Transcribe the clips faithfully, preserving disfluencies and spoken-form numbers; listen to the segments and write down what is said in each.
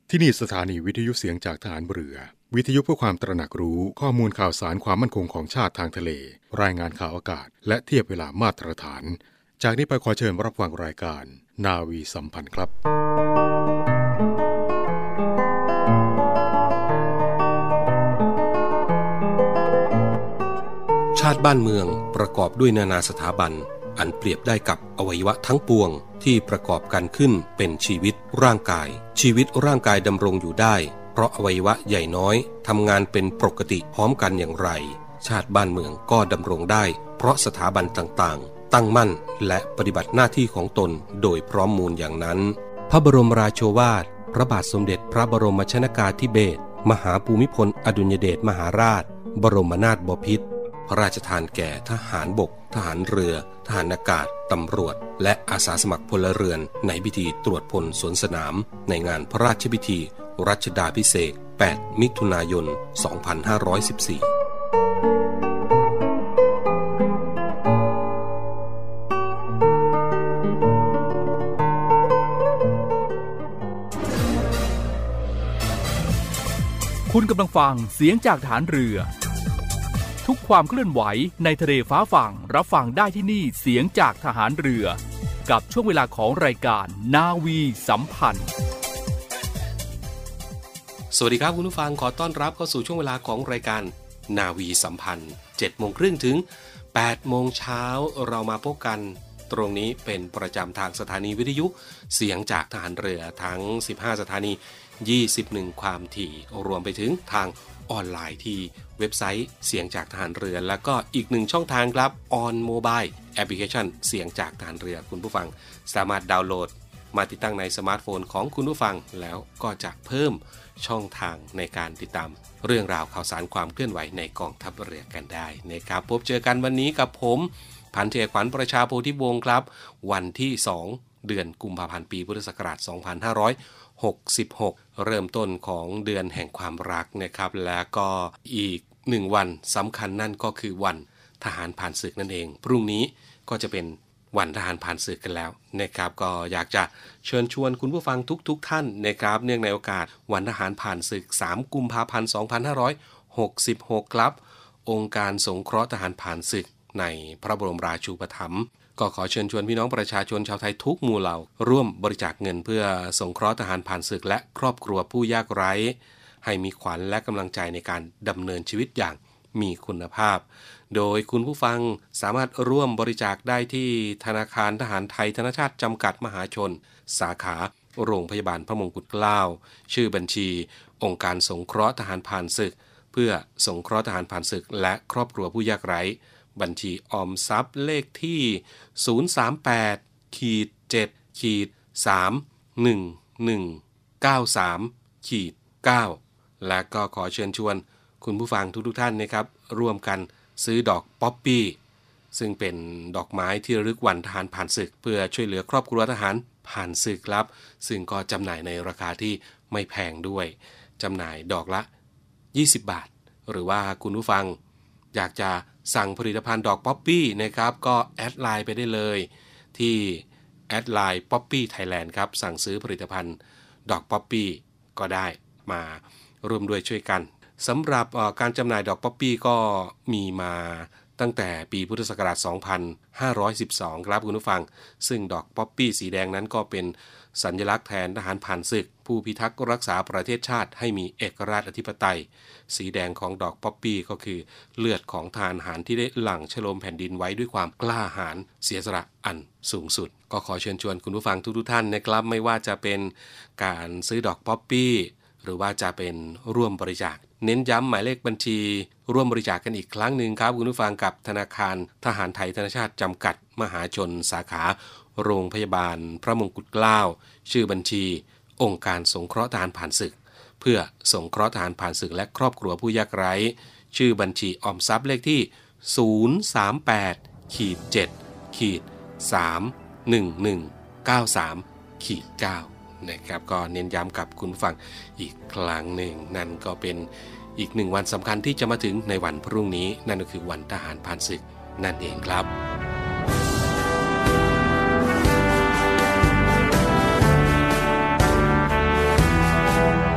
ที่นี่สถานีวิทยุเสียงจากทหารเรือวิทยุเพื่อความตระหนักรู้ข้อมูลข่าวสารความมั่นคงของชาติทางทะเลรายงานข่าวอากาศและเทียบเวลามาตรฐานจากนี้ไปขอเชิญรับฟังรายการนาวีสัมพันธ์ครับชาติบ้านเมืองประกอบด้วยนานาสถาบันอันเปรียบได้กับอวัยวะทั้งปวงที่ประกอบกันขึ้นเป็นชีวิตร่างกายชีวิตร่างกายดำรงอยู่ได้เพราะอวัยวะใหญ่น้อยทำงานเป็นปกติพร้อมกันอย่างไรชาติบ้านเมืองก็ดำรงได้เพราะสถาบันต่างๆตั้งมั่นและปฏิบัติหน้าที่ของตนโดยพร้อมมูลอย่างนั้นพระบรมราโชวาทพระบาทสมเด็จพระบรมชนกาธิเบศรมหาภูมิพลอดุลยเดชมหาราชบรมนาถบพิตรพระราชทานแก่ทหารบกทหารเรือทหารอากาศตำรวจและอาสาสมัครพลเรือนในพิธีตรวจพลสวนสนามในงานพระราชพิธีรัชดาภิเษกแปดมิถุนายนสองพันห้าร้อยสิบสี่คุณกำลังฟังเสียงจากฐานเรือทุกความเคลื่อนไหวในทะเลฟ้าฝั่งรับฟังได้ที่นี่เสียงจากทหารเรือกับช่วงเวลาของรายการนาวีสัมพันธ์สวัสดีครับคุณผู้ฟังขอต้อนรับเข้าสู่ช่วงเวลาของรายการนาวีสัมพันธ์ เจ็ดโมงครึ่งถึง แปดโมงเช้าเรามาพบกันตรงนี้เป็นประจำทางสถานีวิทยุเสียงจากทหารเรือทั้งสิบห้าสถานียี่สิบเอ็ดความถี่รวมไปถึงทางออนไลน์ที่เว็บไซต์เสียงจากทหารเรือแล้วก็อีกหนึ่งช่องทางครับออนโมบายแอปพลิเคชันเสียงจากทหารเรือคุณผู้ฟังสามารถดาวน์โหลดมาติดตั้งในสมาร์ทโฟนของคุณผู้ฟังแล้วก็จะเพิ่มช่องทางในการติดตามเรื่องราวข่าวสารความเคลื่อนไหวในกองทัพเรือกันได้นะครับพบเจอกันวันนี้กับผมพันเอกขวัญประชาโพธิวงศ์ครับวันที่สองเดือนกุมภาพันธ์ปีพุทธศักราชสองพันห้าร้อยหกสิบหกเริ่มต้นของเดือนแห่งความรักนะครับแล้วก็อีกหนึ่งวันสำคัญนั่นก็คือวันทหารผ่านศึกนั่นเองพรุ่งนี้ก็จะเป็นวันทหารผ่านศึกกันแล้วนะครับก็อยากจะเชิญชวนคุณผู้ฟังทุกๆ ท่านนะครับเนื่องในโอกาสวันทหารผ่านศึกสามกุมภาพันธ์สองพันห้าร้อยหกสิบหกครับองค์การสงเคราะห์ทหารผ่านศึกในพระบรมราชูปถัมภ์ก็ขอเชิญชวนพี่น้องประชาชนชาวไทยทุกหมู่เหล่าร่วมบริจาคเงินเพื่อสงเคราะห์ทหารผ่านศึกและครอบครัวผู้ยากไร้ให้มีขวัญและกำลังใจในการดำเนินชีวิตอย่างมีคุณภาพโดยคุณผู้ฟังสามารถร่วมบริจาคได้ที่ธนาคารทหารไทยธนชาติจำกัดมหาชนสาขาโรงพยาบาลพระมงกุฎเกล้าชื่อบัญชีองค์การสงเคราะห์ทหารผ่านศึกเพื่อสงเคราะห์ทหารผ่านศึกและครอบครัวผู้ยากไร้บัญชีออมทรัพย์เลขที่ศูนย์ สาม แปด เจ็ด สาม หนึ่ง หนึ่ง เก้า สาม เก้า และก็ขอเชิญชวนคุณผู้ฟังทุกๆท่านนะครับร่วมกันซื้อดอกป๊อปปี้ซึ่งเป็นดอกไม้ที่ระลึกวันทหารผ่านศึกเพื่อช่วยเหลือครอบครัวทหารผ่านศึกครับซึ่งก็จำหน่ายในราคาที่ไม่แพงด้วยจำหน่ายดอกละยี่สิบบาทหรือว่าคุณผู้ฟังอยากจะสั่งผลิตภัณฑ์ดอกป๊อปปี้นะครับก็แอดไลน์ไปได้เลยที่แอดไลน์ป๊อปปี้ไทยแลนด์ครับสั่งซื้อผลิตภัณฑ์ดอกป๊อปปี้ก็ได้มาร่วมด้วยช่วยกันสำหรับการจำหน่ายดอกป๊อปปี้ก็มีมาตั้งแต่ปีพุทธศักราชสองพันห้าร้อยสิบสองครับคุณผู้ฟังซึ่งดอกป๊อปปี้สีแดงนั้นก็เป็นสัญลักษณ์แทนทหารผ่านศึกผู้พิทักษ์รักษาประเทศชาติให้มีเอกราชอธิปไตยสีแดงของดอกป๊อปปี้ก็คือเลือดของทหารที่ได้หลั่งฉโลมแผ่นดินไว้ด้วยความกล้าหาญเสียสละอันสูงสุดก็ขอเชิญชวนคุณผู้ฟังทุกๆท่านนะครับไม่ว่าจะเป็นการซื้อดอกป๊อปปี้หรือว่าจะเป็นร่วมบริจาคเน้นย้ำหมายเลขบัญชีร่วมบริจาคกันอีกครั้งหนึ่งครับคุณผู้ฟังกับธนาคารทหารไทยธนชาติจำกัดมหาชนสาขาโรงพยาบาลพระมงกุฎเกล้าชื่อบัญชีองค์การสงเคราะห์ทหารผ่านศึกเพื่อสงเคราะห์ทหารผ่านศึกและครอบครัวผู้ยากไร้ชื่อบัญชีออมทรัพย์เลขที่ศูนย์ สาม แปด เจ็ด สาม หนึ่ง หนึ่ง เก้า สาม เก้านะครับก็เน้นย้ำกับคุณฟังอีกครั้งหนึ่งนั่นก็เป็นอีกหนึ่งวันสำคัญที่จะมาถึงในวันพรุ่งนี้นั่นก็คือวันทหารผ่านศึกนั่นเองครับเ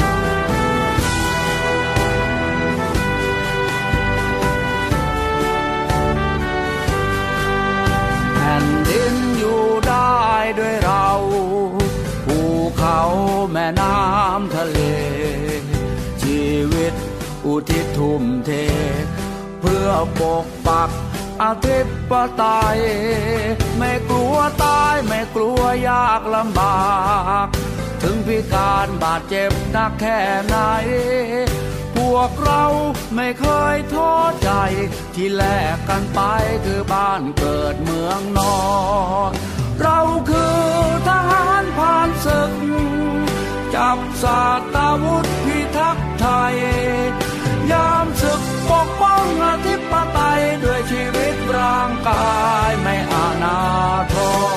น้ำทะเลชีวิตอุทิศทุ่มเทเพื่อปกปักอธิปไตยไม่กลัวตายไม่กลัวยากลำบากถึงพิการบาดเจ็บหนักแค่ไหนพวกเราไม่เคยท้อใจที่แลกกันไปคือบ้านเกิดเมืองนอนเราคือทหารผ่านศึกจับสาตาวุธพิทักษ์ไทยยามศึกปกป้องอธิปไตยด้วยชีวิตร่างกายไม่อาณาถ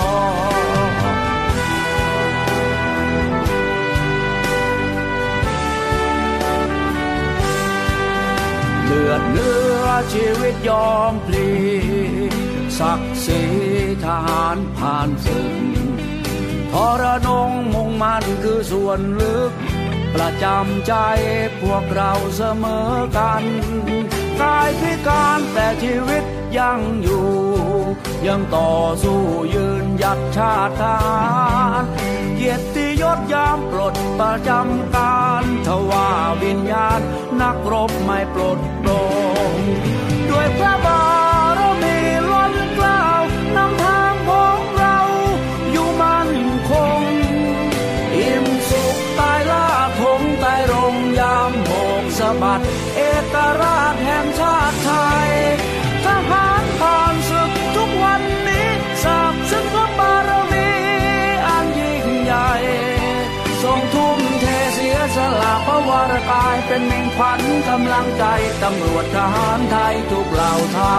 เลือดเนื้อชีวิตยอมพลีศักดิ์ศรีทหารผ่านศึกทรนงมุ่งมั่นคือส่วนลึกประจำใจพวกเราเสมอกันกายพิการแต่ชีวิตยังอยู่ยังต่อสู้ยืนหยัดชาติทหารเกียรติยศยามปลดประจำการทว่าวิญญาณนักรบไม่ปลดโปร่งด้วยพระบารมีล้นเกล้านำทางของเราอยู่มั่นคงอิ่มสุขตายล่าธงใต้ร่มยามโบกสะบัดเอกราชแห่งชาติไทยทหารผ่านศึกทุกวันนี้ทราบซึ้งพระบารมีอันยิ่งใหญ่ทรงทุ่มเทเสียสละพระวรกายเป็นมิ่งขวัญกำลังใจตำรวจทหารไทยทุกเหล่าทัพ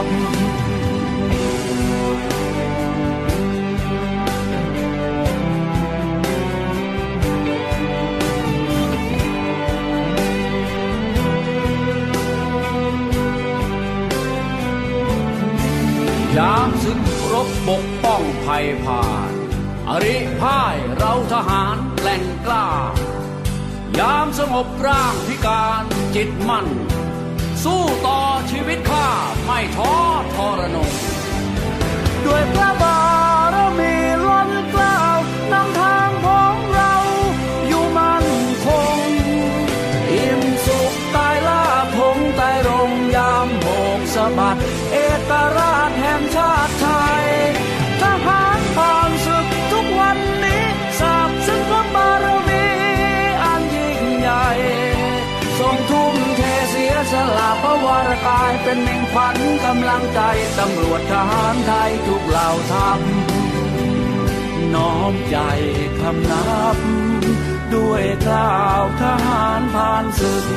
ยามศึกรบปกป้องภัยผ่านอริพ่ายเราทหารแกร่งกล้ายามสงบร่างพิการจิตมั่นสู้ต่อชีวิตข้าไม่ท้อทรนงด้วยพระบารมีล้นเกล้านำทางของเราอยู่มั่นคงอิ่มสุขตายล่าธงใต้ร่มยามโบกสะบัดเอกราชแห่งชาติไทยทหารผ่านศึกทุกวันนี้ทราบซึ้งพระบารมีอันยิ่งใหญ่ทรงทุ่มเทเสียสละพระวรกายเป็นมิ่งขวัญกำลังใจตำรวจทหารไทยทุกเหล่าทัพน้อมใจคำนับด้วยกล่าวทหารผ่านศึก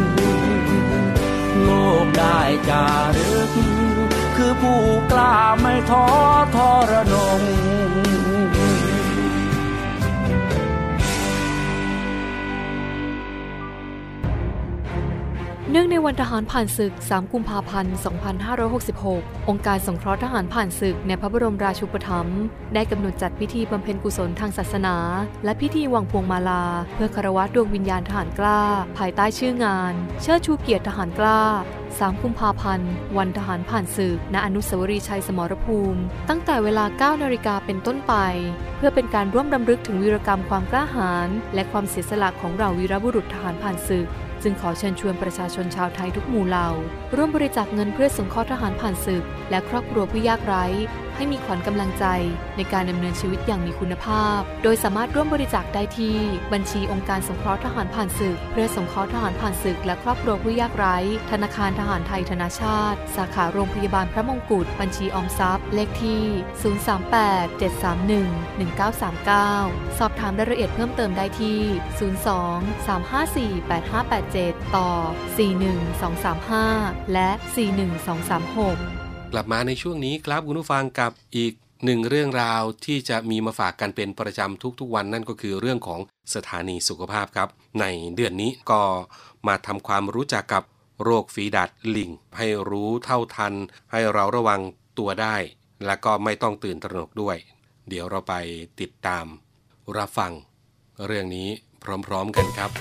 โลกได้จารึกคือผู้กล้าไม่ท้อทรนงเนื่องในวันทหารผ่านศึกสามกุมภาพันธ์สองพันห้าร้อยหกสิบหกองค์การสงเคราะห์ทหารผ่านศึกในพระบรมราชูปถัมภ์ได้กำหนดจัดพิธีบำเพ็ญกุศลทางศาสนาและพิธีวางพวงมาลาเพื่อคารวะดวงวิญญาณทหารกล้าภายใต้ชื่องานเชิดชูเกียรติทหารกล้าสามกุมภาพันธ์วันทหารผ่านศึกณอนุสาวรีย์ชัยสมรภูมิตั้งแต่เวลา เก้านาฬิกาเป็นต้นไปเพื่อเป็นการร่วมรำลึกถึงวีรกรรมความกล้าหาญและความเสียสละของเหล่าวีรบุรุษทหารผ่านศึกจึงขอเชิญชวนประชาชนชาวไทยทุกหมู่เหล่าร่วมบริจาคเงินเพื่อสงเคราะห์ทหารผ่านศึกและครอบครัวผู้ยากไร้ให้มีขวัญกำลังใจในการดำเนินชีวิตอย่างมีคุณภาพโดยสามารถร่วมบริจาคได้ที่บัญชีองค์การสงเคราะห์ทหารผ่านศึกเพื่อสงเคราะห์ทหารผ่านศึกและครอบครัวผู้ยากไร้ธนาคารทหารไทยธนาชาติสาขาโรงพยาบาลพระมงกุฎบัญชีออมทรัพย์เลขที่ศูนย์ สาม แปด เจ็ด สาม หนึ่ง หนึ่ง เก้า สาม เก้าสอบถามรายละเอียดเพิ่มเติมได้ที่ศูนย์ สอง สาม ห้า สี่ แปด ห้า แปด เจ็ดต่อสี่ หนึ่ง สอง สาม ห้าและสี่ หนึ่ง สอง สาม หกกลับมาในช่วงนี้ครับคุณผู้ฟังกับอีกหนึ่งเรื่องราวที่จะมีมาฝากกันเป็นประจำทุกๆวันนั่นก็คือเรื่องของสถานีสุขภาพครับในเดือนนี้ก็มาทำความรู้จักกับโรคฝีดาษลิงให้รู้เท่าทันให้เราระวังตัวได้และก็ไม่ต้องตื่นตระหนกด้วยเดี๋ยวเราไปติดตามรับฟังเรื่องนี้พร้อมๆกันครับ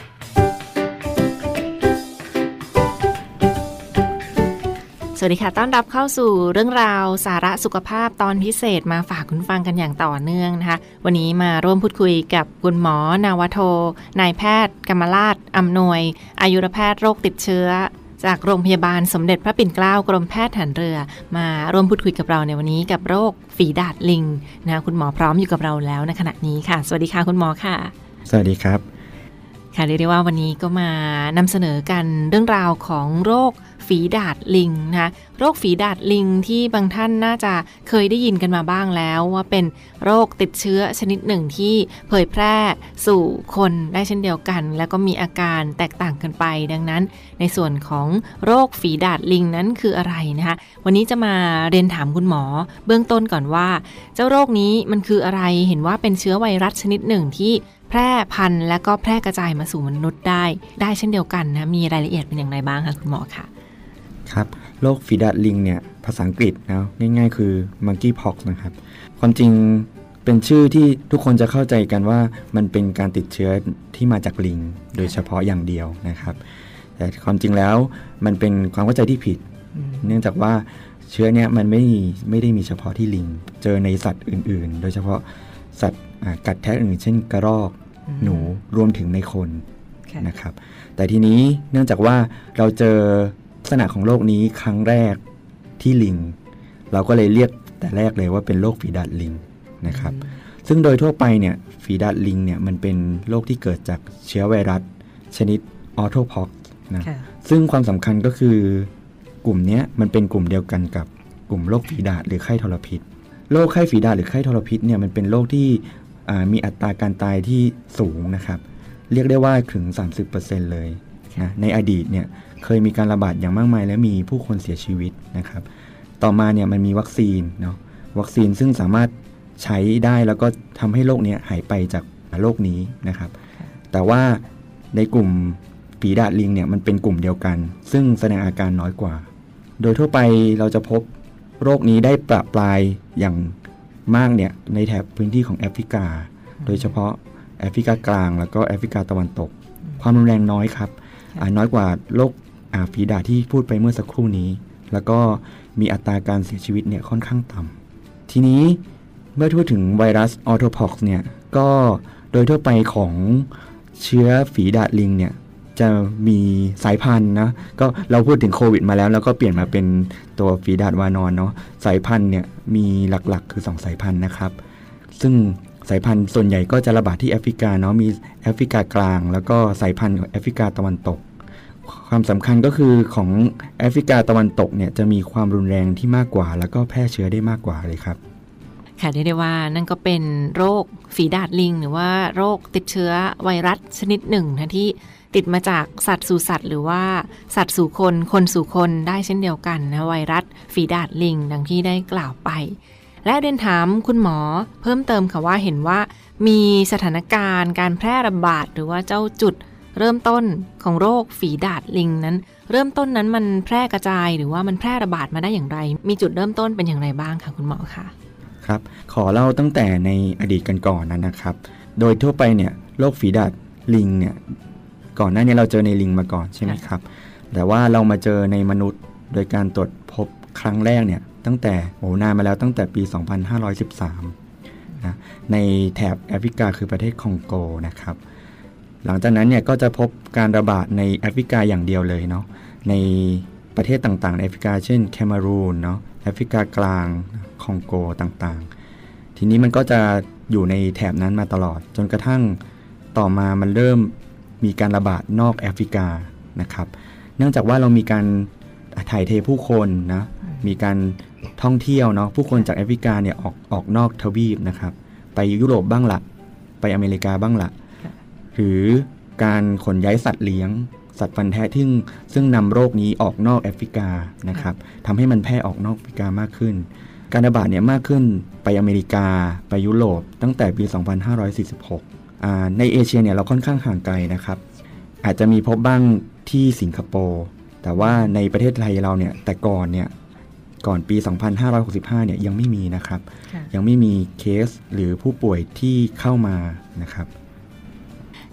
สวัสดีค่ะต้อนรับเข้าสู่เรื่องราวสาระสุขภาพตอนพิเศษมาฝากคุณฟังกันอย่างต่อเนื่องนะคะวันนี้มาร่วมพูดคุยกับคุณหมอนาวโทนายแพทย์กำมราชอำนวยอายุรแพทย์โรคติดเชื้อจากโรงพยาบาลสมเด็จพระปิ่นเกล้ากรมแพทย์ทหารเรือมาร่วมพูดคุยกับเราในวันนี้กับโรคฝีดาษลิงนะคุณหมอพร้อมอยู่กับเราแล้วในขณะนี้ค่ะสวัสดีค่ะคุณหมอค่ะสวัสดีครับค่ะเรียกได้ว่าวันนี้ก็มานำเสนอกันเรื่องราวของโรคฝีดาษลิงนะโรคฝีดาษลิงที่บางท่านน่าจะเคยได้ยินกันมาบ้างแล้วว่าเป็นโรคติดเชื้อชนิดหนึ่งที่เผยแพร่สู่คนได้เช่นเดียวกันแล้วก็มีอาการแตกต่างกันไปดังนั้นในส่วนของโรคฝีดาษลิงนั้นคืออะไรนะคะวันนี้จะมาเรียนถามคุณหมอเบื้องต้นก่อนว่าเจ้าโรคนี้มันคืออะไรเห็นว่าเป็นเชื้อไวรัสชนิดหนึ่งที่แพร่พันธุ์และก็แพร่กระจายมาสู่มนุษย์ได้ได้เช่นเดียวกันนะมีรายละเอียดเป็นอย่างไรบ้างคะคุณหมอคะครับโรคฝีดาษลิงเนี่ยภาษาอังกฤษนะง่ายๆคือ monkeypox นะครับความจริงเป็นชื่อที่ทุกคนจะเข้าใจกันว่ามันเป็นการติดเชื้อที่มาจากลิงโดยเฉพาะอย่างเดียวนะครับแต่ความจริงแล้วมันเป็นความเข้าใจที่ผิดเนื่องจากว่าเชื้อเนี่ยมันไม่ไม่ได้มีเฉพาะที่ลิงเจอในสัตว์อื่นๆโดยเฉพาะสัตว์กัดแทะอื่นเช่นกระรอกหนูรวมถึงในคนนะครับแต่ทีนี้เนื่องจากว่าเราเจอลักษณะของโรคนี้ครั้งแรกที่ลิงเราก็เลยเรียกแต่แรกเลยว่าเป็นโรคฝีดาษลิงนะครับซึ่งโดยทั่วไปเนี่ยฝีดาษลิงเนี่ยมันเป็นโรคที่เกิดจากเชื้อไวรัสชนิดออโทพ็อกซ์นะซึ่งความสำคัญก็คือกลุ่มนี้มันเป็นกลุ่มเดียวกันกับกลุ่มโรคฝีดาษหรือไข้ทรพิษโรคไข้ฝีดาษหรือไข้ทรพิษเนี่ยมันเป็นโรคที่มีอัตราการตายที่สูงนะครับเรียกได้ว่าถึง สามสิบเปอร์เซ็นต์ เลยนะในอดีตเนี่ยเคยมีการระบาดอย่างมากมายและมีผู้คนเสียชีวิตนะครับต่อมาเนี่ยมันมีวัคซีนเนาะวัคซีนซึ่งสามารถใช้ได้แล้วก็ทำให้โรคนี้หายไปจากโรคนี้นะครับแต่ว่าในกลุ่มฝีดาษลิงเนี่ยมันเป็นกลุ่มเดียวกันซึ่งแสดงอาการน้อยกว่าโดยทั่วไปเราจะพบโรคนี้ได้ประปรายอย่างมากเนี่ยในแถบพื้นที่ของแอฟริกาโดยเฉพาะแอฟริกากลางแล้วก็แอฟริกาตะวันตกความรุนแรงน้อยครับน้อยกว่าโรคฝีดาษที่พูดไปเมื่อสักครู่นี้แล้วก็มีอัตราการเสียชีวิตเนี่ยค่อนข้างต่ำทีนี้เมื่อพูดถึงไวรัสออโทพ็อกซ์เนี่ยก็โดยทั่วไปของเชื้อฝีดาษลิงเนี่ยจะมีสายพันธุ์นะก็เราพูดถึงโควิดมาแล้วแล้วก็เปลี่ยนมาเป็นตัวฝีดาษวานอนเนาะสายพันธุ์เนี่ยมีหลักๆคือสองสายพันธุ์นะครับซึ่งสายพันธุ์ส่วนใหญ่ก็จะระบาดที่แอฟริกาเนาะมีแอฟริกากลางแล้วก็สายพันธุ์แอฟริกาตะวันตกความสำคัญก็คือของแอฟริกาตะวันตกเนี่ยจะมีความรุนแรงที่มากกว่าแล้วก็แพร่เชื้อได้มากกว่าเลยครับค่ะเรียกได้ว่านั่นก็เป็นโรคฝีดาษลิงหรือว่าโรคติดเชื้อไวรัสชนิดหนึ่งนะที่ติดมาจากสัตว์สู่สัตว์หรือว่าสัตว์สู่คนคนสู่คนได้เช่นเดียวกันนะไวรัสฝีดาษลิงดังที่ได้กล่าวไปและเรียนถามคุณหมอเพิ่มเติมค่ะว่าเห็นว่ามีสถานการณ์การแพร่ระบาดหรือว่าเจ้าจุดเริ่มต้นของโรคฝีดาษลิงนั้นเริ่มต้นนั้นมันแพร่กระจายหรือว่ามันแพร่ระบาดมาได้อย่างไรมีจุดเริ่มต้นเป็นอย่างไรบ้างคะคุณหมอคะครับขอเล่าตั้งแต่ในอดีตกันก่อนนั้นนะครับโดยทั่วไปเนี่ยโรคฝีดาษลิงเนี่ยก่อนหน้านี้เราเจอในลิงมาก่อนใช่ไหมครับแต่ว่าเรามาเจอในมนุษย์โดยการตรวจพบครั้งแรกเนี่ยตั้งแต่โอ้นานมาแล้วตั้งแต่ปีสองพันห้าร้อยสิบสามนะในแถบแอฟริกาคือประเทศคองโกนะครับหลังจากนั้นเนี่ยก็จะพบการระบาดในแอฟริกาอย่างเดียวเลยเนาะในประเทศต่างๆในแอฟริกาเช่นแคเมรูนเนาะแอฟริกากลางคองโกต่างๆทีนี้มันก็จะอยู่ในแถบนั้นมาตลอดจนกระทั่งต่อมามันเริ่มมีการระบาดนอกแอฟริกานะครับเนื่องจากว่าเรามีการถ่ายเทผู้คนนะมีการท่องเที่ยวเนาะผู้คนจากแอฟริกาเนี่ยออกออกนอกทวีปนะครับไปยุโรปบ้างละไปอเมริกาบ้างละหรือการขนย้ายสัตว์เลี้ยงสัตว์ฟันแท้ที่ซึ่งนำโรคนี้ออกนอกแอฟริกานะครับทำให้มันแพร่ออกนอกแอฟริกามากขึ้นการระบาดเนี่ยมากขึ้นไปอเมริกาไปยุโรปตั้งแต่ปีสองพันห้าร้อยสี่สิบหกอ่าในเอเชียเนี่ยเราค่อนข้างห่างไกลนะครับอาจจะมีพบบ้างที่สิงคโปร์แต่ว่าในประเทศไทยเราเนี่ยแต่ก่อนเนี่ยก่อนปีสองพันห้าร้อยหกสิบห้าเนี่ยยังไม่มีนะครับยังไม่มีเคสหรือผู้ป่วยที่เข้ามานะครับ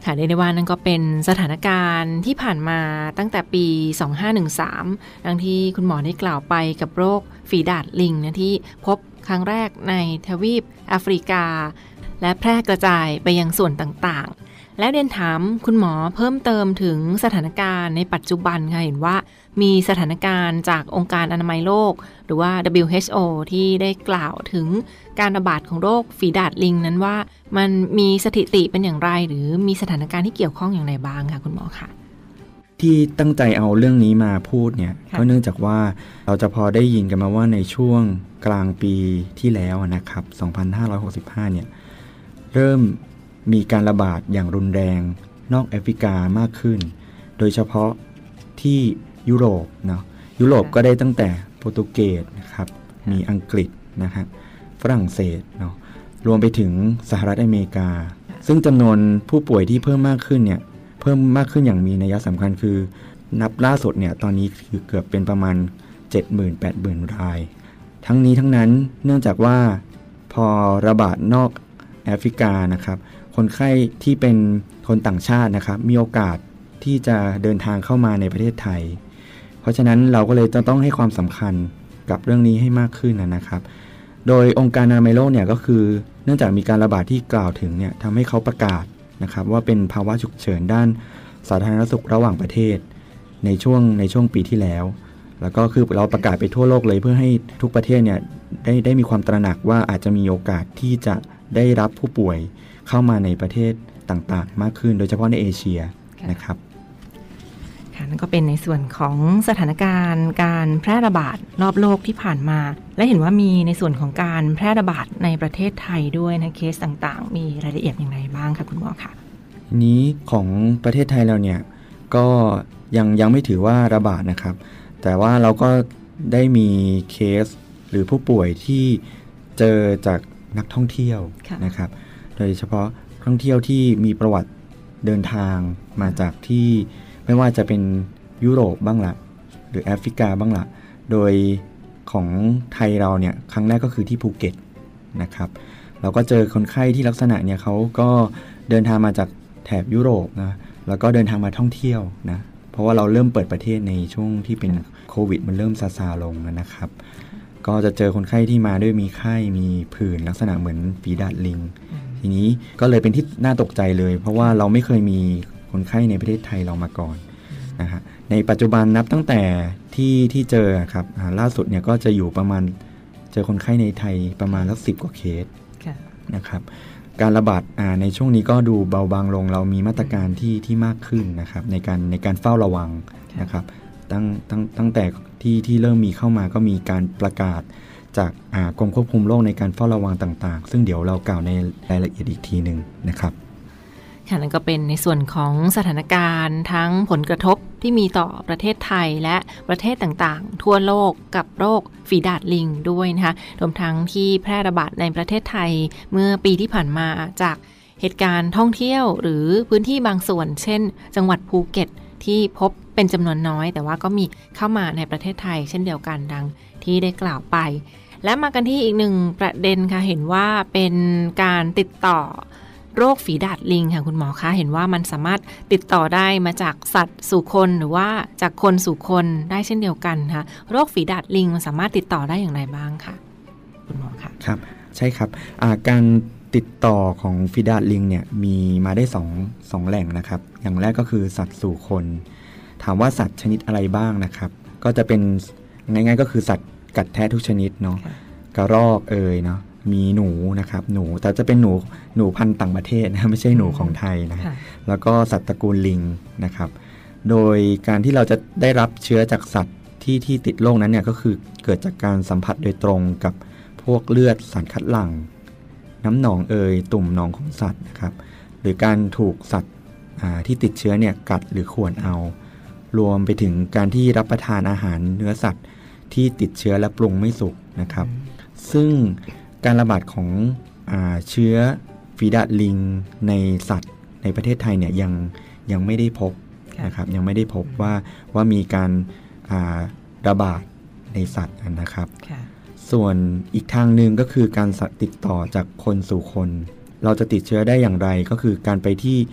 ค่ะเรียกได้ว่านั่นก็เป็นสถานการณ์ที่ผ่านมาตั้งแต่ปีสองพันห้าร้อยสิบสามดังที่คุณหมอได้กล่าวไปกับโรคฝีดาษลิงนะที่พบครั้งแรกในทวีปแอฟริกาและแพร่กระจายไปยังส่วนต่างๆและเรียนถามคุณหมอเพิ่มเติมถึงสถานการณ์ในปัจจุบันค่ะเห็นว่ามีสถานการณ์จากองค์การอนามัยโลกหรือว่า ดับเบิลยู เอช โอ ที่ได้กล่าวถึงการระบาดของโรคฝีดาษลิงนั้นว่ามันมีสถิติเป็นอย่างไรหรือมีสถานการณ์ที่เกี่ยวข้องอย่างไรบ้างค่ะคุณหมอค่ะที่ตั้งใจเอาเรื่องนี้มาพูดเนี่ยก็เนื่องจากว่าเราจะพอได้ยินกันมาว่าในช่วงกลางปีที่แล้วนะครับสองพันห้าร้อยหกสิบห้าเนี่ยเริ่มมีการระบาดอย่างรุนแรงนอกแอฟริกามากขึ้นโดยเฉพาะที่ยุโรปเนาะยุโรปก็ได้ตั้งแต่โปรตุเกสนะครับมีอังกฤษนะฮะฝรั่งเศสเนาะรวมไปถึงสหรัฐอเมริกาซึ่งจำนวนผู้ป่วยที่เพิ่มมากขึ้นเนี่ยเพิ่มมากขึ้นอย่างมีนัยสำคัญคือนับล่าสุดเนี่ยตอนนี้คือเกือบเป็นประมาณ เจ็ดหมื่น แปดหมื่น รายทั้งนี้ทั้งนั้นเนื่องจากว่าพอระบาดนอกแอฟริกานะครับคนไข้ที่เป็นคนต่างชาตินะครับมีโอกาสที่จะเดินทางเข้ามาในประเทศไทยเพราะฉะนั้นเราก็เลยจะต้องให้ความสำคัญกับเรื่องนี้ให้มากขึ้นนะครับโดยองค์การอนามัยโลกเนี่ยก็คือเนื่องจากมีการระบาดที่กล่าวถึงเนี่ยทำให้เขาประกาศนะครับว่าเป็นภาวะฉุกเฉินด้านสาธารณสุขระหว่างประเทศในช่วงในช่วงปีที่แล้วแล้วก็คือเราประกาศไปทั่วโลกเลยเพื่อให้ทุกประเทศเนี่ยได้ได้มีความตระหนักว่าอาจจะมีโอกาสที่จะได้รับผู้ป่วยเข้ามาในประเทศต่างๆมากขึ้นโดยเฉพาะในเอเชียนะครับค่ะนั่นก็เป็นในส่วนของสถานการณ์การแพร่ระบาดรอบโลกที่ผ่านมาและเห็นว่ามีในส่วนของการแพร่ระบาดในประเทศไทยด้วยนะเคสต่างๆมีรายละเอียดอย่างไรบ้างคะคุณหมอคะนี้ของประเทศไทยเราเนี่ยก็ยังยังไม่ถือว่าระบาดนะครับแต่ว่าเราก็ได้มีเคสหรือผู้ป่วยที่เจอจากนักท่องเที่ยวนะครับโดยเฉพาะท่องเที่ยวที่มีประวัติเดินทางมาจากที่ไม่ว่าจะเป็นยุโรปบ้างละหรือแอฟริกาบ้างละโดยของไทยเราเนี่ยครั้งแรกก็คือที่ภูเก็ตนะครับเราก็เจอคนไข้ที่ลักษณะเนี่ยเขาก็เดินทางมาจากแถบยุโรปนะแล้วก็เดินทางมาท่องเที่ยวนะเพราะว่าเราเริ่มเปิดประเทศในช่วงที่เป็นโควิดมันเริ่มซาซาลงนะครับก็จะเจอคนไข้ที่มาด้วยมีไข้มีผื่นลักษณะเหมือนฝีดาษลิงทีนี้ก็เลยเป็นที่น่าตกใจเลยเพราะว่าเราไม่เคยมีคนไข้ในประเทศไทยเรามาก่อนนะฮะในปัจจุบันนับตั้งแต่ที่ที่เจอครับล่าสุดเนี่ยก็จะอยู่ประมาณเจอคนไข้ในไทยประมาณสักสิบกว่าเคสนะครับการระบาดในช่วงนี้ก็ดูเบาบางลงเรามีมาตรการที่ที่มากขึ้นนะครับในการในการเฝ้าระวังนะครับตั้งตั้งตั้งแต่ที่ที่เริ่มมีเข้ามาก็มีการประกาศจากกรมควบคุมโรคในการเฝ้าระวังต่างๆซึ่งเดี๋ยวเรากล่าวในรายละเอียดอีกทีหนึ่งนะครับค่ะนั่นก็เป็นในส่วนของสถานการณ์ทั้งผลกระทบที่มีต่อประเทศไทยและประเทศต่างๆทั่วโลกกับโรคฝีดาษลิงด้วยนะคะรวมทั้งที่แพร่ระบาดในประเทศไทยเมื่อปีที่ผ่านมาจากเหตุการณ์ท่องเที่ยวหรือพื้นที่บางส่วนเช่นจังหวัดภูเก็ตที่พบเป็นจำนวนน้อยแต่ว่าก็มีเข้ามาในประเทศไทยเช่นเดียวกันดังที่ได้กล่าวไปและมากันที่อีกหนึ่งประเด็นค่ะเห็นว่าเป็นการติดต่อโรคฝีดาษลิงค่ะคุณหมอคะเห็นว่ามันสามารถติดต่อได้มาจากสัตว์สู่คนหรือว่าจากคนสู่คนได้เช่นเดียวกันค่ะโรคฝีดาษลิงมันสามารถติดต่อได้อย่างไรบ้างคะคุณหมอคะครับใช่ครับการติดต่อของฝีดาษลิงเนี่ยมีมาได้สอง สองแหล่งนะครับอย่างแรกก็คือสัตว์สู่คนถามว่าสัตว์ชนิดอะไรบ้างนะครับก็จะเป็นง่ายๆก็คือสัตว์กัดแทะทุกชนิดเนาะกระรอกเอ่ยเนาะมีหนูนะครับหนูแต่จะเป็นหนูหนูพันธุ์ต่างประเทศนะไม่ใช่หนูของไทยนะแล้วก็สัตว์ตระกูลลิงนะครับโดยการที่เราจะได้รับเชื้อจากสัตว์ที่ที่ติดโรคนั้นเนี่ยก็คือเกิดจากการสัมผัสโดยตรงกับพวกเลือดสารคัดหลั่งน้ำหนองเอ่ยตุ่มหนองของสัตว์นะครับหรือการถูกสัตว์ที่ติดเชื้อเนี่ยกัดหรือข่วนเอารวมไปถึงการที่รับประทานอาหารเนื้อสัตว์ที่ติดเชื้อและปรุงไม่สุกนะครับซึ่งการระบาดของอ่าเชื้อฝีดาษลิงในสัตว์ในประเทศไทยเนี่ยยังยังไม่ได้พบนะครับยังไม่ได้พบว่าว่ามีการอ่าระบาดในสัตว์นะครับส่วนอีกทางหนึ่งก็คือการติดต่อจากคนสู่คนเราจะติดเชื้อได้อย่างไรก็คือการไปที่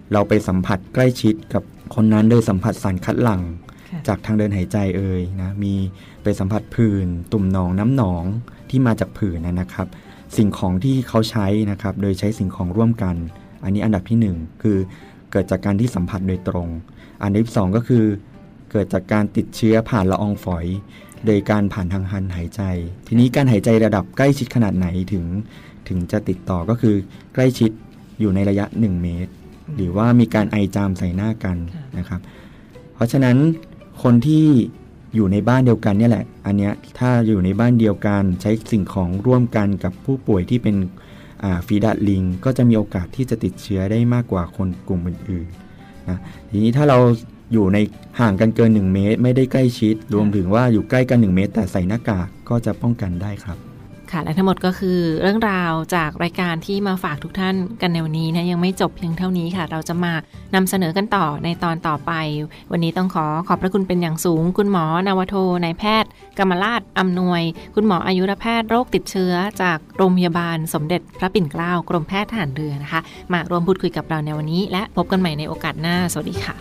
เราไปสัมผัสใกล้ชิดกับคนนั้นโดยสัมผัสสารคัดหลั่งจากทางเดินหายใจเอ่ยนะมีไปสัมผัสผื่นตุ่มหนองน้ำหนองที่มาจากผื่นนะครับ สิ่งของที่เขาใช้นะครับโดยใช้สิ่งของร่วมกันอันนี้อันดับที่หนึ่งคือเกิดจากการที่สัมผัสโดยตรงอันดับที่สองก็คือเกิดจากการติดเชื้อผ่านละอองฝอยโดยการผ่านทางหันหายใจทีนี้การหายใจระดับใกล้ชิดขนาดไหนถึงถึงจะติดต่อก็คือใกล้ชิดอยู่ในระยะหนึ่งเมตรหรือว่ามีการไอจามใส่หน้ากันนะครับเพราะฉะนั้นคนที่อยู่ในบ้านเดียวกันเนี่ยแหละอันเนี้ยถ้าอยู่ในบ้านเดียวกันใช้สิ่งของร่วมกันกับผู้ป่วยที่เป็นฝีดาษลิงก็จะมีโอกาสที่จะติดเชื้อได้มากกว่าคนกลุ่มอื่นๆนะทีนี้ถ้าเราอยู่ในห่างกันเกินหนึ่งเมตรไม่ได้ใกล้ชิดรวมถึงว่าอยู่ใกล้กันหนึ่งเมตรแต่ใส่หน้ากากก็จะป้องกันได้ครับค่ะและทั้งหมดก็คือเรื่องราวจากรายการที่มาฝากทุกท่านกันในวันนี้นะยังไม่จบเพียงเท่านี้ค่ะเราจะมานำเสนอกันต่อในตอนต่อไปวันนี้ต้องขอขอบพระคุณเป็นอย่างสูงคุณหมอนาวโทนายแพทย์กมราชอำนวยคุณหมออายุรแพทย์โรคติดเชื้อจากโรงพยาบาลสมเด็จพระปิ่นเกล้ากรมแพทย์ทหารเรือนะคะมาร่วมพูดคุยกับเราในวันนี้และพบกันใหม่ในโอกาสหน้าสวัสดีค่ะ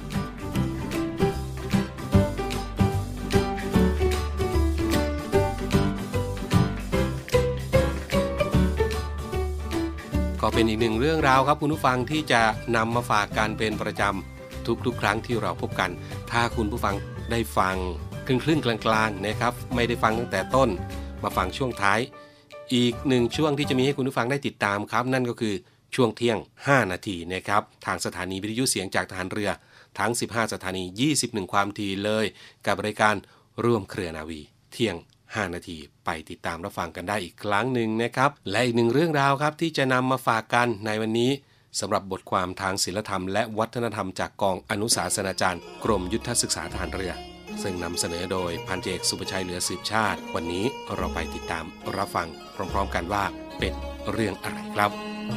ก็เป็นอีกหนึ่งเรื่องราวครับคุณผู้ฟังที่จะนำมาฝากกันเป็นประจำทุกๆครั้งที่เราพบกันถ้าคุณผู้ฟังได้ฟังครึ่งๆกลางๆนะครับไม่ได้ฟังตั้งแต่ต้นมาฟังช่วงท้ายอีกหนึ่งช่วงที่จะมีให้คุณผู้ฟังได้ติดตามครับนั่นก็คือช่วงเที่ยงห้านาทีนะครับทางสถานีวิทยุเสียงจากทหารเรือทั้งสิบห้าสถานียี่สิบเอ็ดความถี่เลยกับรายการร่วมเครือนาวีเที่ยงห้านาทีไปติดตามรับฟังกันได้อีกครั้งหนึ่งนะครับและอีกหนึ่งเรื่องราวครับที่จะนำมาฝากกันในวันนี้สำหรับบทความทางศิลธรรมและวัฒนธรรมจากกองอนุสาสนาจารย์กรมยุทธศึกษาทหารเรือซึ่งนำเสนอโดยพันเอกสุภชัยเหลือสืบชาติวันนี้เราไปติดตามรับฟังพร้อมๆกันว่าเป็นเรื่องอะไรครับ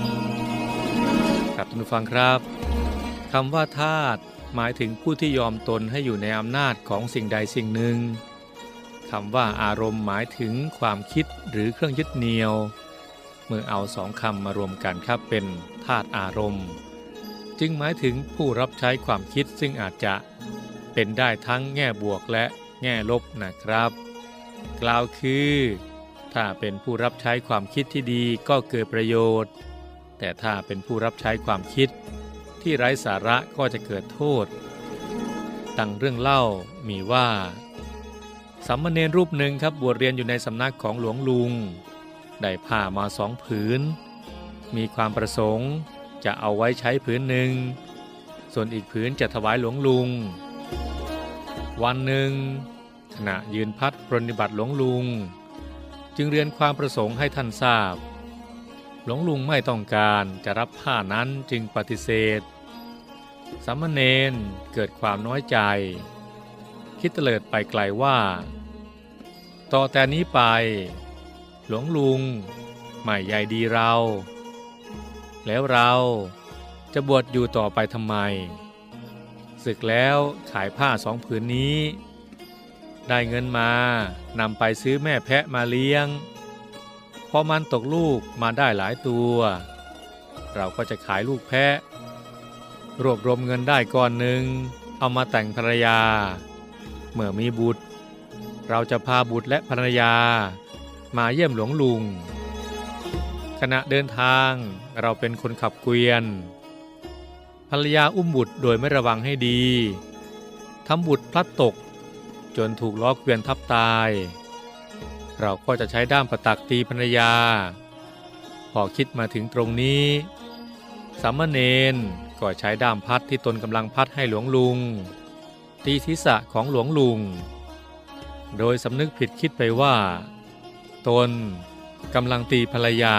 ครับท่านผู้ฟังครับคำว่าทาสหมายถึงผู้ที่ยอมตนให้อยู่ในอำนาจของสิ่งใดสิ่งหนึ่งคำว่าอารมณ์หมายถึงความคิดหรือเครื่องยึดเหนี่ยวเมื่อเอาสองคำมารวมกันครับเป็นธาตุอารมณ์จึงหมายถึงผู้รับใช้ความคิดซึ่งอาจจะเป็นได้ทั้งแง่บวกและแง่ลบนะครับกล่าวคือถ้าเป็นผู้รับใช้ความคิดที่ดีก็เกิดประโยชน์แต่ถ้าเป็นผู้รับใช้ความคิดที่ไร้สาระก็จะเกิดโทษดังเรื่องเล่ามีว่าสามเณรรูปหนึ่งครับบวชเรียนอยู่ในสำนักของหลวงลุงได้ผ้ามาสองผืนมีความประสงค์จะเอาไว้ใช้ผืนหนึ่งส่วนอีกผืนจะถวายหลวงลุงวันหนึ่งขณะยืนพัดปรนนิบัติหลวงลุงจึงเรียนความประสงค์ให้ท่านทราบหลวงลุงไม่ต้องการจะรับผ้านั้นจึงปฏิเสธสามเณรเกิดความน้อยใจคิดเตลิดไปไกลว่าต่อแต่นี้ไปหลวงลุงไม่ใยดีเราแล้วเราจะบวชอยู่ต่อไปทำไมศึกแล้วขายผ้าสองผืนนี้ได้เงินมานำไปซื้อแม่แพะมาเลี้ยงพอมันตกลูกมาได้หลายตัวเราก็จะขายลูกแพะรวบรวมเงินได้ก้อนหนึ่งเอามาแต่งภรรยาเมื่อมีบุตรเราจะพาบุตรและภรรยามาเยี่ยมหลวงลุงขณะเดินทางเราเป็นคนขับเกวียนภรรยาอุ้มบุตรโดยไม่ระวังให้ดีทำบุตรพลัดตกจนถูกล้อเกวียนทับตายเราก็จะใช้ด้ามประตักตีภรรยาพอคิดมาถึงตรงนี้สามเณรก็ใช้ด้ามพัดที่ตนกำลังพัดให้หลวงลุงตีศีรษะของหลวงลุงโดยสำนึกผิดคิดไปว่าตนกำลังตีภรรยา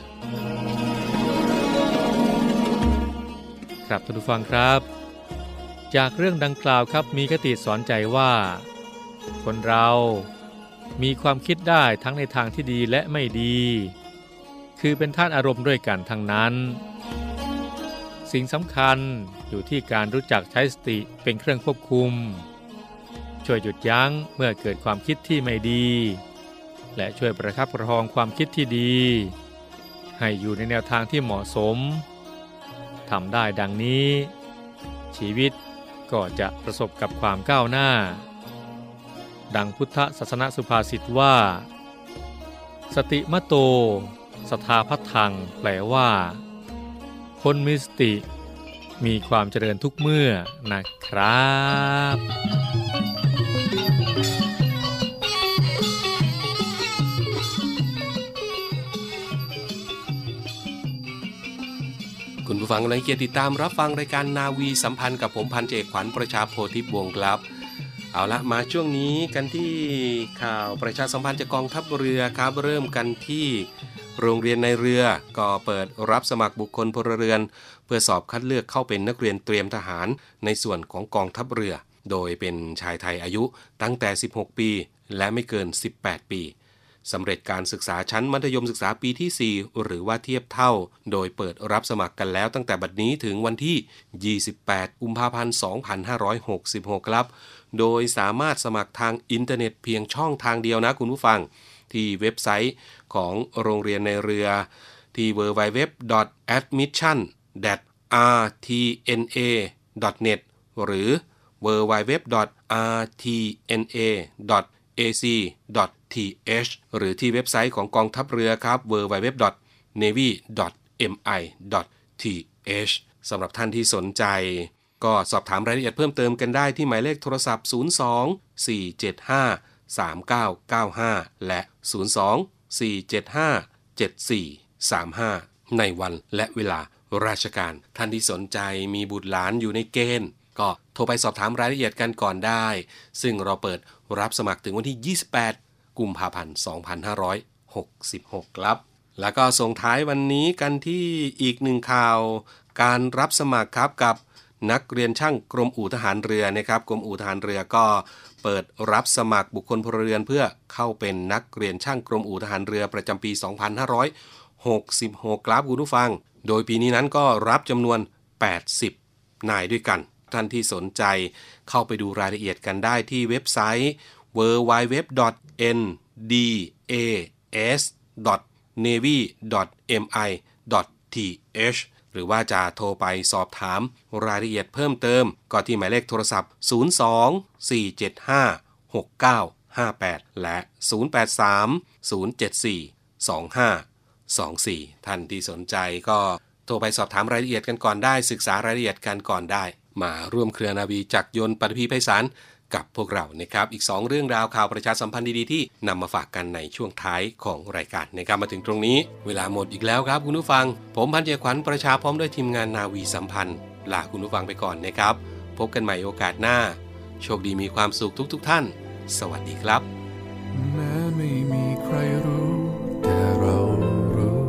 ครับท่านผู้ฟังครับจากเรื่องดังกล่าวครับมีคติสอนใจว่าคนเรามีความคิดได้ทั้งในทางที่ดีและไม่ดีคือเป็นธาตุอารมณ์ด้วยกันทั้งนั้นสิ่งสำคัญอยู่ที่การรู้จักใช้สติเป็นเครื่องควบคุมช่วยหยุดยั้งเมื่อเกิดความคิดที่ไม่ดีและช่วยประคับประคองความคิดที่ดีให้อยู่ในแนวทางที่เหมาะสมทำได้ดังนี้ชีวิตก็จะประสบกับความก้าวหน้าดังพุทธศาสนสุภาษิตว่าสติมโตสถาพัทธังแปลว่าคนมีสติมีความเจริญทุกเมื่อนะครับคุณผู้ฟังกำลังเกียรติดตามรับฟังรายการนาวีสัมพันธ์กับผมพันเอกขวัญประชาโพธิวงศ์ครับเอาละมาช่วงนี้กันที่ข่าวประชาสัมพันธ์จากกองทัพเรือครับเริ่มกันที่โรงเรียนในเรือก็เปิดรับสมัครบุคคลพลเรือนเพื่อสอบคัดเลือกเข้าเป็นนักเรียนเตรียมทหารในส่วนของกองทัพเรือโดยเป็นชายไทยอายุตั้งแต่สิบหกปีและไม่เกินสิบแปดปีสำเร็จการศึกษาชั้นมัธยมศึกษาปีที่สี่หรือว่าเทียบเท่าโดยเปิดรับสมัครกันแล้วตั้งแต่บัดนี้ถึงวันที่ยี่สิบแปดกุมภาพันธ์สองพันห้าร้อยหกสิบหกครับโดยสามารถสมัครทางอินเทอร์เน็ตเพียงช่องทางเดียวนะคุณผู้ฟังที่เว็บไซต์ของโรงเรียนในเรือที่ ดับเบิลยู ดับเบิลยู ดับเบิลยู ดอท แอดมิชชั่น ดอท อาร์ ที เอ็น เอ ดอท เน็ต หรือ ดับเบิลยู ดับเบิลยู ดับเบิลยู ดอท อาร์ ที เอ็น เอ ดอท เอ ซี ดอท ที เอช หรือที่เว็บไซต์ของกองทัพเรือครับ ดับเบิลยู ดับเบิลยู ดับเบิลยู ดอท เนวี ดอท เอ็ม ไอ ดอท ที เอช สำหรับท่านที่สนใจก็สอบถามรายละเอียดเพิ่มเติมกันได้ที่หมายเลขโทรศัพท์ศูนย์ สอง สี่ เจ็ด ห้า สาม เก้า เก้า ห้าและศูนย์ สอง สี่ เจ็ด ห้า เจ็ด สี่ สาม ห้าในวันและเวลาราชการท่านที่สนใจมีบุตรหลานอยู่ในเกณฑ์ก็โทรไปสอบถามรายละเอียดกันก่อนได้ซึ่งเราเปิดรับสมัครถึงวันที่ยี่สิบแปดกุมภาพันธ์สองพันห้าร้อยหกสิบหกครับแล้วก็ส่งท้ายวันนี้กันที่อีกหนึ่งข่าวการรับสมัครครับกับนักเรียนช่างกรมอู่ทหารเรือนะครับกรมอู่ทหารเรือก็เปิดรับสมัครบุคคลพลเรือนเพื่อเข้าเป็นนักเรียนช่างกรมอู่ทหารเรือประจำปีสองพันห้าร้อยหกสิบหกครับคุณผู้ฟังโดยปีนี้นั้นก็รับจำนวนแปดสิบนายด้วยกันท่านที่สนใจเข้าไปดูรายละเอียดกันได้ที่เว็บไซต์ ดับเบิลยู ดับเบิลยู ดับเบิลยู ดอท เอ็น ดี เอ เอส ดอท เนวี ดอท เอ็ม ไอ ดอท ที เอช หรือว่าจะโทรไปสอบถามรายละเอียดเพิ่มเติมก็ที่หมายเลขโทรศัพท์ ศูนย์ สอง สี่ เจ็ด ห้า หก เก้า ห้า แปด และ ศูนย์ แปด สาม ศูนย์ เจ็ด สี่ สอง ห้า สอง สี่ท่านที่สนใจก็โทรไปสอบถามรายละเอียดกันก่อนได้ศึกษารายละเอียดกันก่อนได้มาร่วมเครือนาวีจักรยนต์ปฐพีไพศาลกับพวกเรานะครับอีกสองเรื่องราวข่าวประชาสัมพันธ์ดีๆที่นำมาฝากกันในช่วงท้ายของรายการนะครับมาถึงตรงนี้เวลาหมดอีกแล้วครับคุณผู้ฟังผมพันเจขวัญประชาพร้อมด้วยทีมงานนาวีสัมพันธ์ลาคุณผู้ฟังไปก่อนนะครับพบกันใหม่โอกาสหน้าโชคดีมีความสุขทุกๆท่านสวัสดีครับแม้ไม่มีใครรู้แต่เรารู้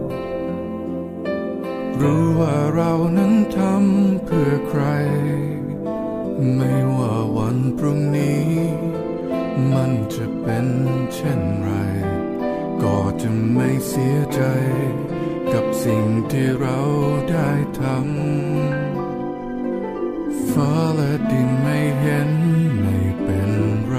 รู้ว่าเรานั้นทำเพื่อใครไม่ว่าวันพรุ่งนี้มันจะเป็นเช่นไรก็จะไม่เสียใจกับสิ่งที่เราได้ทำฟ้าและดินไม่เห็นไม่เป็นไร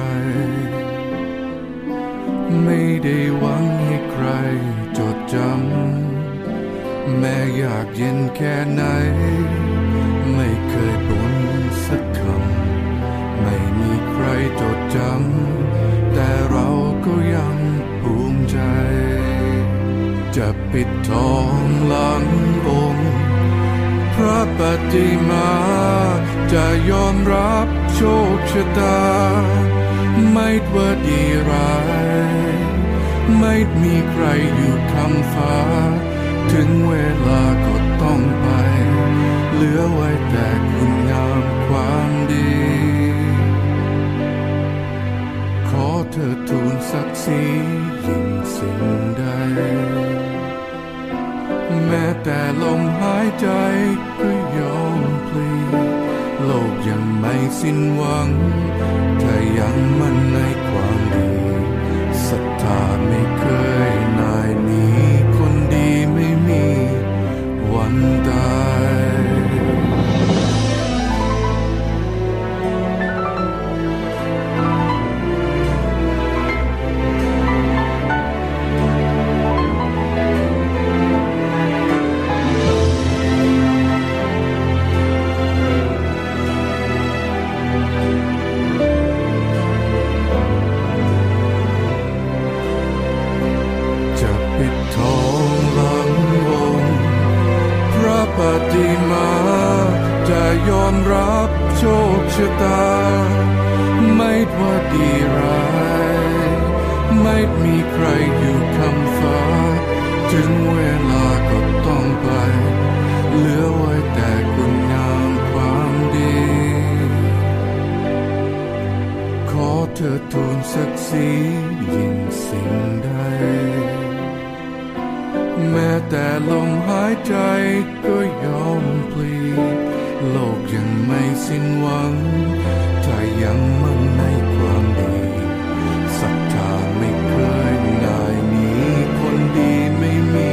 ไม่ได้หวังให้ใครจดจำแม้อยากเย็นแค่ไหนไม่เคยบ่นสักคำไม่มีใครจดจำแต่เราก็ยังภูมิใจจะปิดทองหลังองค์พระปฏิมาจะยอมรับโชคชะตาไม่ว่าดีร้ายไม่มีใครอยู่คำฟ้าถึงเวลาก็ต้องไปเหลือไว้แต่คุณงามความดีขอเธอทูลศักดิ์ศรียิ่งสิ่งใดแม้แต่ลมหายใจก็ยอมพลีโลกยังไม่สิ้นหวังถ้ายังมั่นในความดีศรัทธาไม่เคยนายหนีคนดีไม่มีวันตายคชะตาไม่ว่าดีร้ายไม่มีใครอยู่คำฟ้าถึงเวลาก็ต้องไปเหลือไว้แต่คุณงามความดีขอเธอทูลศักดิ์ศรียิ่งสิ่งใดแม้แต่ลมหายใจก็ยอมพลีโลกยังไม่สิ้นหวังถ้ายังมั่นในความดีศรัทธาไม่เคยง่ายหนีคนดีไม่มี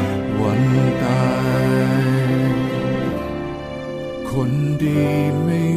วันตายคนดีไม่